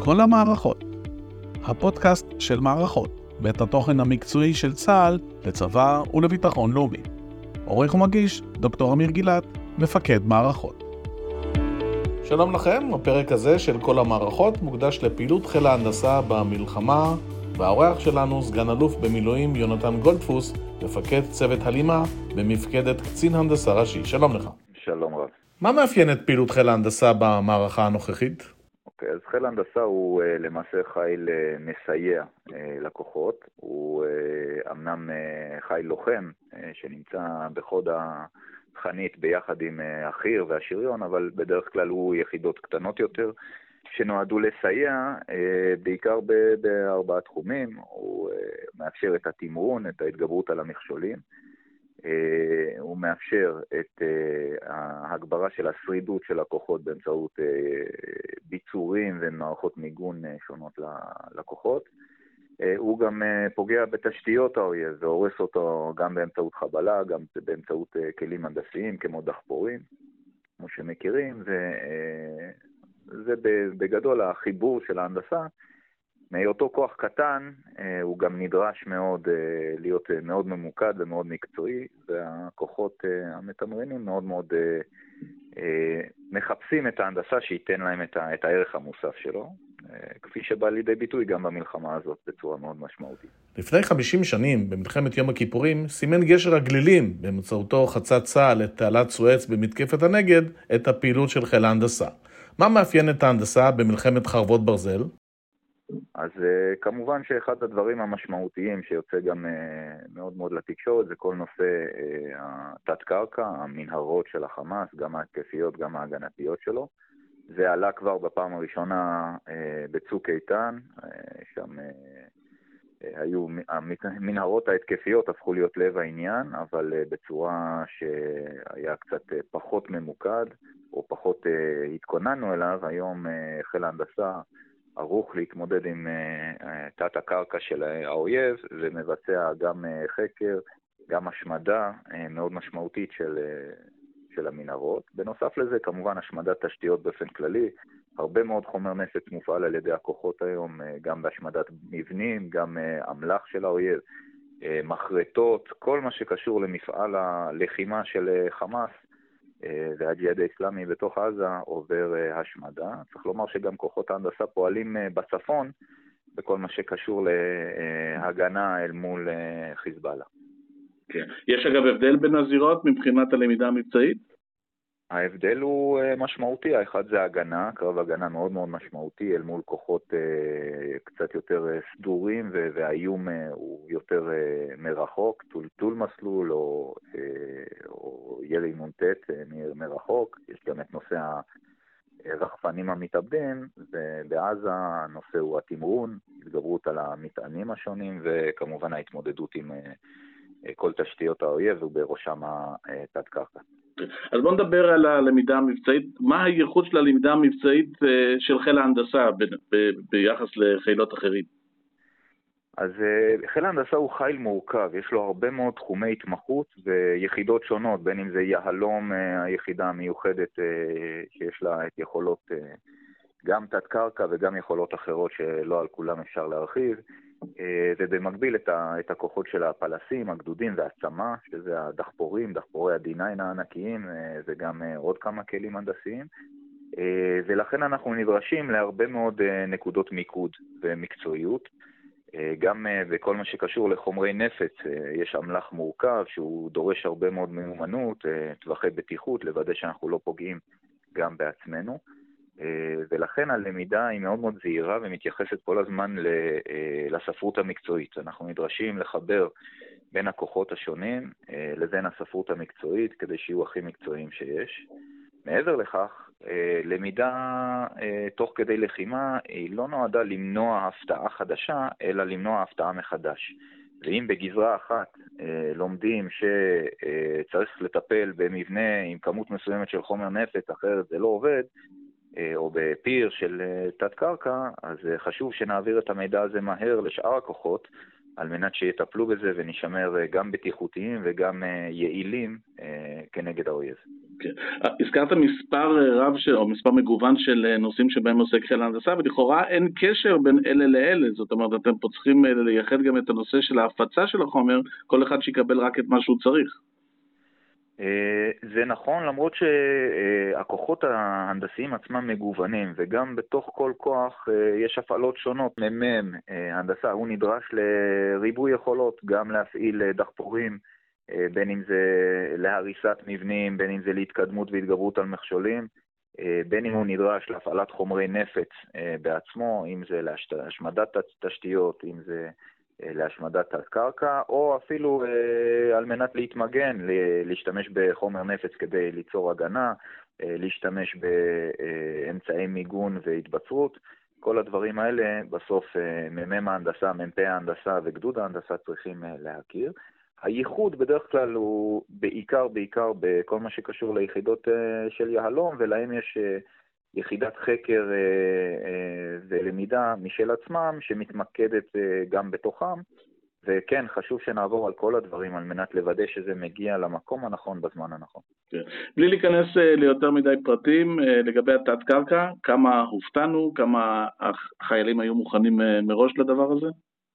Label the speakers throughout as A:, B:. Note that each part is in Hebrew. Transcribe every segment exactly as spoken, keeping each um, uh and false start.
A: כל המערכות, הפודקאסט של מערכות, בית התוכן המקצועי של צה"ל לצבא ולביטחון לאומי. עורך ומגיש, דוקטור אמיר גילת, מפקד מערכות. שלום לכם, הפרק הזה של כל המערכות מוקדש לפעילות חיל ההנדסה במלחמה, והאורח שלנו סגן אלוף במילואים יונתן גולדפוס, מפקד צוות הלימה במפקדת קצין הנדסה ראשי. שלום לך.
B: שלום רב.
A: מה מאפיין את פעילות חיל ההנדסה במערכה הנוכחית?
B: אוקיי, אז חיל ההנדסה הוא למעשה חיל מסייע לכוחות, הוא אמנם חיל לוחם שנמצא בחוד החנית ביחד עם החי"ר והשריון, אבל בדרך כלל הוא יחידות קטנות יותר שנועדו לסייע בעיקר בארבעה תחומים. הוא מאפשר את התמרון, את ההתגברות על המכשולים, הוא מאפשר את ההגברה של השרידות של הכוחות באמצעות ביצורים ומערכות מיגון שונות לכוחות. הוא גם פוגע בתשתיות האויב והורס אותו גם באמצעות חבלה, גם באמצעות כלים הנדסיים כמו דחפורים, כמו שמכירים. זה, זה בגדול החיבור של ההנדסה. מאותו כוח קטן, הוא גם נדרש מאוד להיות מאוד ממוקד ומאוד מקצועי, והכוחות המתמרנים מאוד מאוד מחפשים את ההנדסה שייתן להם את הערך המוסף שלו, כפי שבא לידי ביטוי גם במלחמה הזאת בצורה מאוד משמעותית.
A: לפני חמישים שנים, במלחמת יום הכיפורים, סימן גשר הגלילים, באמצעותו חצה צה"ל את תעלת סואץ במתקפת הנגד, את הפעילות של חיל ההנדסה. מה מאפיין את ההנדסה במלחמת חרבות ברזל?
B: אז כמובן שאחד הדברים המשמעותיים שיוצא גם מאוד מאוד לתקשורת זה כל נושא התת-קרקע, המנהרות של החמאס, גם ההתקפיות, גם ההגנתיות שלו. זה עלה כבר בפעם הראשונה בצוק איתן, שם היו, המנהרות ההתקפיות הפכו להיות לב העניין, אבל בצורה שהיה קצת פחות ממוקד, או פחות התכוננו אליו. היום חיל ההנדסה ערוך להתמודד עם תת הקרקע של האויב, ומבצע גם חקר, גם השמדה מאוד משמעותית של, של המנהרות. בנוסף לזה, כמובן, השמדת תשתיות באופן כללי. הרבה מאוד חומר נפץ מופעל על ידי הכוחות היום, גם בהשמדת מבנים, גם אמל"ח של האויב, מחרטות, כל מה שקשור למפעל הלחימה של חמאס, והג'יהאד האסלאמי בתוך עזה עובר השמדה. צריך לומר שגם כוחות ההנדסה פועלים בצפון בכל מה שקשור להגנה אל מול חיזבאללה.
C: כן. יש אגב הבדל בין הזירות מבחינת הלמידה המבצעית?
B: ההבדל הוא משמעותי. האחד זה הגנה, קרב הגנה מאוד מאוד משמעותי אל מול כוחות קצת יותר סדורים, והאיום הוא יותר מרחוק, טול מסלול או, או ירי מונטט מרחוק. יש גם את נושא הרחפנים המתאבדים, ובעזה הנושא הוא התמרון, התגברות על המטענים השונים, וכמובן ההתמודדות עם כל תשתיות האויב ובראשם התת-קרקע.
C: אז בואו נדבר על הלמידה המבצעית. מה הייחוד של הלמידה המבצעית של חיל ההנדסה ב- ב- ביחס לחילות אחרים?
B: אז חיל ההנדסה הוא חיל מורכב, יש לו הרבה מאוד תחומי התמחות ויחידות שונות, בין אם זה יהלום, היחידה המיוחדת שיש לה את יכולות גם תת קרקע וגם יכולות אחרות שלא על כולם אפשר להרחיב, ובמקביל את, ה, את הכוחות של הפלסים, הגדודים והעצמה, שזה הדחפורים, דחפורי ה-די ניין הענקיים, וגם עוד כמה כלים הנדסיים, ולכן אנחנו נדרשים להרבה מאוד נקודות מיקוד ומקצועיות. גם בכל מה שקשור לחומרי נפץ, יש אמל"ח מורכב שהוא דורש הרבה מאוד מיומנות, טווחי בטיחות, לוודא שאנחנו לא פוגעים גם בעצמנו. ולכן הלמידה היא מאוד מאוד זהירה ומתייחסת כל הזמן לספרות המקצועית. אנחנו נדרשים לחבר בין הכוחות השונים לבין הספרות המקצועית כדי שיהיו הכי מקצועיים שיש. מעבר לכך, למידה תוך כדי לחימה היא לא נועדה למנוע הפתעה חדשה, אלא למנוע הפתעה מחדש. ואם בגזרה אחת לומדים שצריך לטפל במבנה עם כמות מסוימת של חומר נפץ, אחרת זה לא עובד, או בפיר של תת קרקע, אז חשוב שנעביר את המידע הזה מהר לשאר הכוחות, על מנת שיטפלו בזה ונשמר גם בטיחותיים וגם יעילים כנגד האויב.
C: כן. הזכרת מספר רב של, או מספר מגוון של נושאים שבהם עוסק חיל ההנדסה, ולכאורה אין קשר בין אלה לאלה, זאת אומרת, אתם פה צריכים לייחד גם את הנושא של ההפצה של החומר, כל אחד שיקבל רק את מה שהוא צריך.
B: זה נכון, למרות שהכוחות ההנדסיים עצמם מגוונים, וגם בתוך כל כוח יש הפעלות שונות. ממם הנדסה, הוא נדרש לריבוי יכולות, גם להפעיל דחפורים, בין אם זה להריסת מבנים, בין אם זה להתקדמות והתגברות על מכשולים, בין אם הוא נדרש להפעלת חומרי נפץ בעצמו, אם זה להשמדת תשתיות, אם זה להשמדת הקרקע, או אפילו על מנת להתמגן, להשתמש בחומר נפץ כדי ליצור הגנה, להשתמש באמצעי מיגון והתבצרות. כל הדברים האלה בסוף ממם ההנדסה, מ"פ ההנדסה וגדוד ההנדסה צריכים להכיר. הייחוד בדרך כלל הוא בעיקר, בעיקר בכל מה שקשור ליחידות של יהלום, ולהם יש יחידת חקר ולמידה משל עצמם שמתמקדת גם בתוכם, וכן, חשוב שנעבור על כל הדברים על מנת לוודא שזה מגיע למקום הנכון בזמן הנכון.
C: כן. בלי להיכנס ליותר מדי פרטים לגבי התת קרקע, כמה הופתענו, כמה החיילים היו מוכנים מראש לדבר הזה?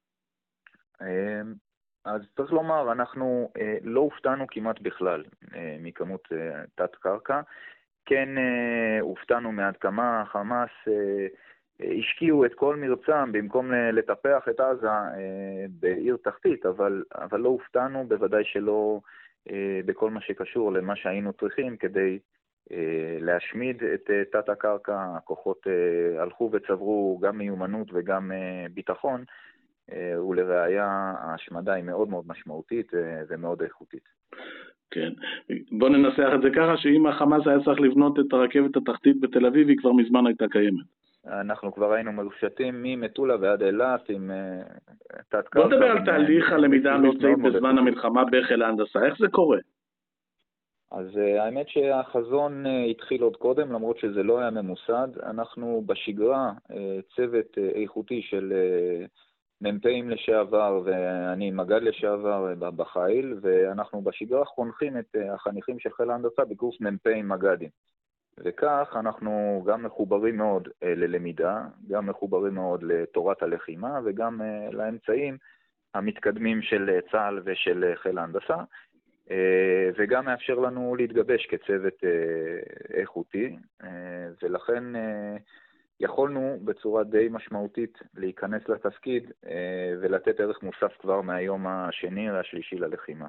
B: אז צריך לומר, אנחנו אה, לא הופתענו כמעט בכלל אה, מכמות אה, תת קרקע. כן אה, הופתענו מעד כמה חמאס אה, אה, השקיעו את כל מרצם במקום לטפח את עזה אה, בעיר תחתית, אבל, אבל לא הופתענו, בוודאי שלא אה, בכל מה שקשור למה שהיינו צריכים כדי אה, להשמיד את אה, תת הקרקע. הכוחות אה, הלכו וצברו גם מיומנות וגם אה, ביטחון, ולראיה ההשמדה היא מאוד מאוד משמעותית ומאוד איכותית.
C: כן, בוא ננסח את זה ככה, שאם החמאס היה צריך לבנות את הרכבת התחתית בתל אביב, היא כבר מזמן הייתה קיימת.
B: אנחנו כבר היינו מרושתים ממטולה ועד אילת עם תת קרקע.
C: בוא נדבר על תהליך הלמידה המבצעית בזמן המלחמה בחיל ההנדסה, איך זה קורה?
B: אז האמת שהחזון התחיל עוד קודם, למרות שזה לא היה ממוסד. אנחנו בשגרה צוות איכותי של מ"פים לשעבר ואני מג"ד לשעבר בחיל, ואנחנו בשגרה חונכים את החניכים של חיל ההנדסה בקורס מ"פים מג"דים. וכך אנחנו גם מחוברים מאוד ללמידה, גם מחוברים מאוד לתורת הלחימה וגם לאמצעים המתקדמים של צה"ל ושל חיל ההנדסה, וגם מאפשר לנו להתגבש כצוות איכותי, ולכן יכולנו בצורה די משמעותית להיכנס לתפקיד ולתת ערך מוסף כבר מהיום השני והשלישי ללחימה.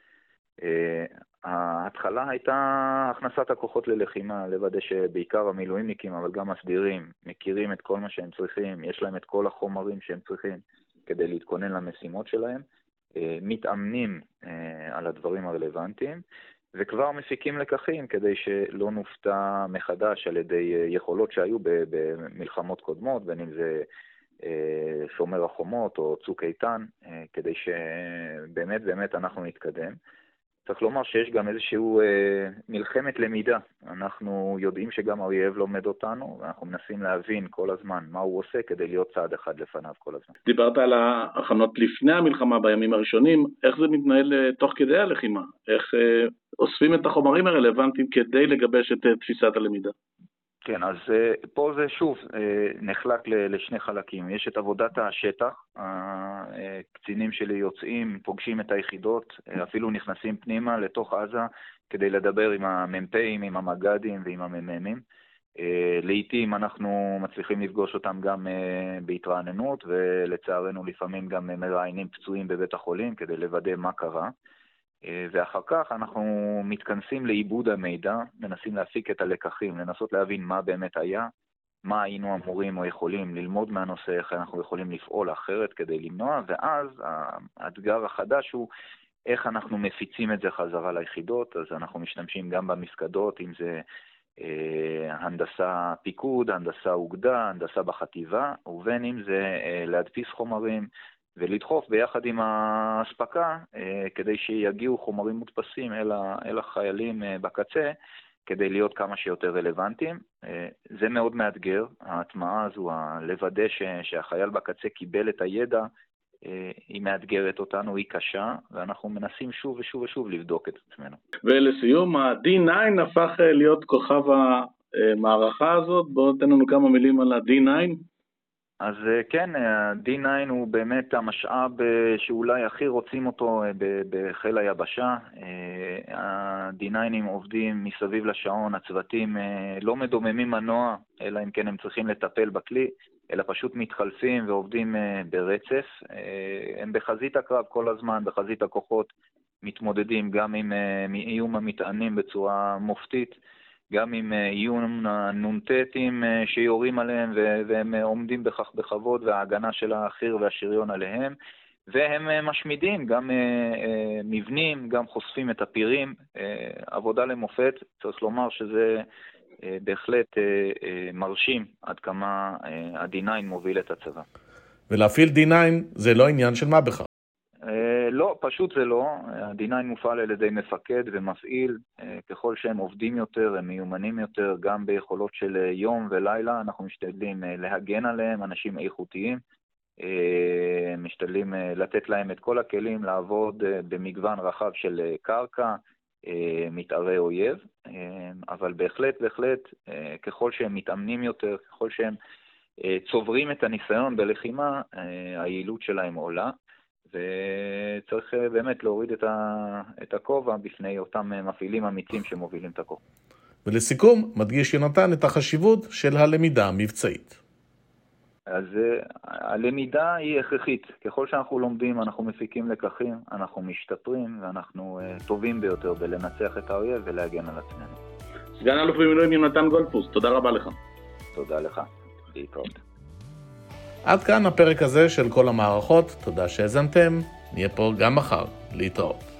B: ההתחלה הייתה הכנסת הכוחות ללחימה, לוודא שבעיקר המילואימניקים, אבל גם הסדירים, מכירים את כל מה שהם צריכים, יש להם את כל החומרים שהם צריכים כדי להתכונן למשימות שלהם, מתאמנים על הדברים הרלוונטיים, וכבר מפיקים לקחים כדי שלא נופתע מחדש על ידי יכולות שהיו במלחמות קודמות, בין אם זה שומר החומות או צוק איתן, כדי שבאמת באמת אנחנו נתקדם. צריך לומר שיש גם איזשהו אה, מלחמת למידה. אנחנו יודעים שגם האויב לומד אותנו, ואנחנו מנסים להבין כל הזמן מה הוא עושה כדי להיות צעד אחד לפניו כל הזמן.
C: דיברת על ההכנות לפני המלחמה בימים הראשונים, איך זה מתנהל תוך כדי הלחימה? איך אה, אוספים את החומרים הרלוונטיים כדי לגבש את אה, תפיסת הלמידה?
B: כן, אז פה זה שוב נחלק לשני חלקים. יש את עבודת השטח, הקצינים שלי יוצאים, פוגשים את היחידות, אפילו נכנסים פנימה לתוך עזה כדי לדבר עם המ"פים, עם המג"דים ועם המ"מים. לעתים אנחנו מצליחים לפגוש אותם גם בהתרעננות, ולצערנו לפעמים גם מראיינים פצועים בבית החולים כדי לוודא מה קרה. ואחר כך אנחנו מתכנסים לעיבוד המידע, מנסים להפיק את הלקחים, לנסות להבין מה באמת היה, מה היינו אמורים או יכולים ללמוד מהנושא, איך אנחנו יכולים לפעול אחרת כדי למנוע, ואז האתגר החדש הוא איך אנחנו מפיצים את זה חזרה ליחידות. אז אנחנו משתמשים גם במפקדות, אם זה אה, הנדסה פיקוד, הנדסה אוגדה, הנדסה בחטיבה, ובין אם זה אה, להדפיס חומרים, ולדחוף ביחד עם ההספקה כדי שיגיעו חומרים מודפסים אל, ה, אל החיילים בקצה, כדי להיות כמה שיותר רלוונטיים. זה מאוד מאתגר, ההטמעה הזו, לוודא ש, שהחייל בקצה קיבל את הידע היא מאתגרת אותנו, היא קשה, ואנחנו מנסים שוב ושוב ושוב לבדוק את עצמנו.
C: ולסיום, ה-די ניין הפך להיות כוכב המערכה הזאת, בואו תן לנו כמה מילים על ה-די ניין.
B: אז כן, ה-די ניין הוא באמת המשאב שאולי הכי רוצים אותו בחיל היבשה. ה-די ניינים עובדים מסביב לשעון, הצוותים לא מדוממים מנוע, אלא אם כן הם צריכים לטפל בכלי, אלא פשוט מתחלפים ועובדים ברצף. הם בחזית הקרב כל הזמן, בחזית הכוחות מתמודדים גם עם איום המטענים בצורה מופתית, גם עם איום הנונטטים שיורים עליהם והם עומדים בכך בכבוד, וההגנה של האחיר והשריון עליהם, והם משמידים גם מבנים, גם חושפים את הפירים, עבודה למופת. צריך לומר שזה בהחלט מרשים עד כמה ה-די ניין מוביל את הצבא.
A: ולהפעיל די ניין זה לא עניין של מה בכך?
B: לא, פשוט זה לא. ה-די ניין מופעל על ידי מפקד ומפעיל. ככל שהם עובדים יותר, הם מיומנים יותר, גם ביכולות של יום ולילה. אנחנו משתדלים להגן עליהם, אנשים איכותיים. משתדלים לתת להם את כל הכלים לעבוד במגוון רחב של קרקע, מתארי אויב. אבל בהחלט, בהחלט, ככל שהם מתאמנים יותר, ככל שהם צוברים את הניסיון בלחימה, היעילות שלהם עולה. וצריך באמת להוריד את, ה... את הכובע בפני אותם מפעילים אמיצים שמובילים את הכובע.
A: ולסיכום, מדגיש יונתן את החשיבות של הלמידה המבצעית.
B: אז הלמידה היא הכרחית. ככל שאנחנו לומדים, אנחנו מפיקים לקחים, אנחנו משתפרים, ואנחנו טובים ביותר בלנצח את האויב ולהגן על עצמנו.
C: סגן אלוף במילואים יונתן גולדפוס, תודה רבה לך.
B: תודה לך. להתראות.
A: עד כאן הפרק הזה של כל המערכות, תודה שהזנתם, נהיה פה גם מחר, להתראות.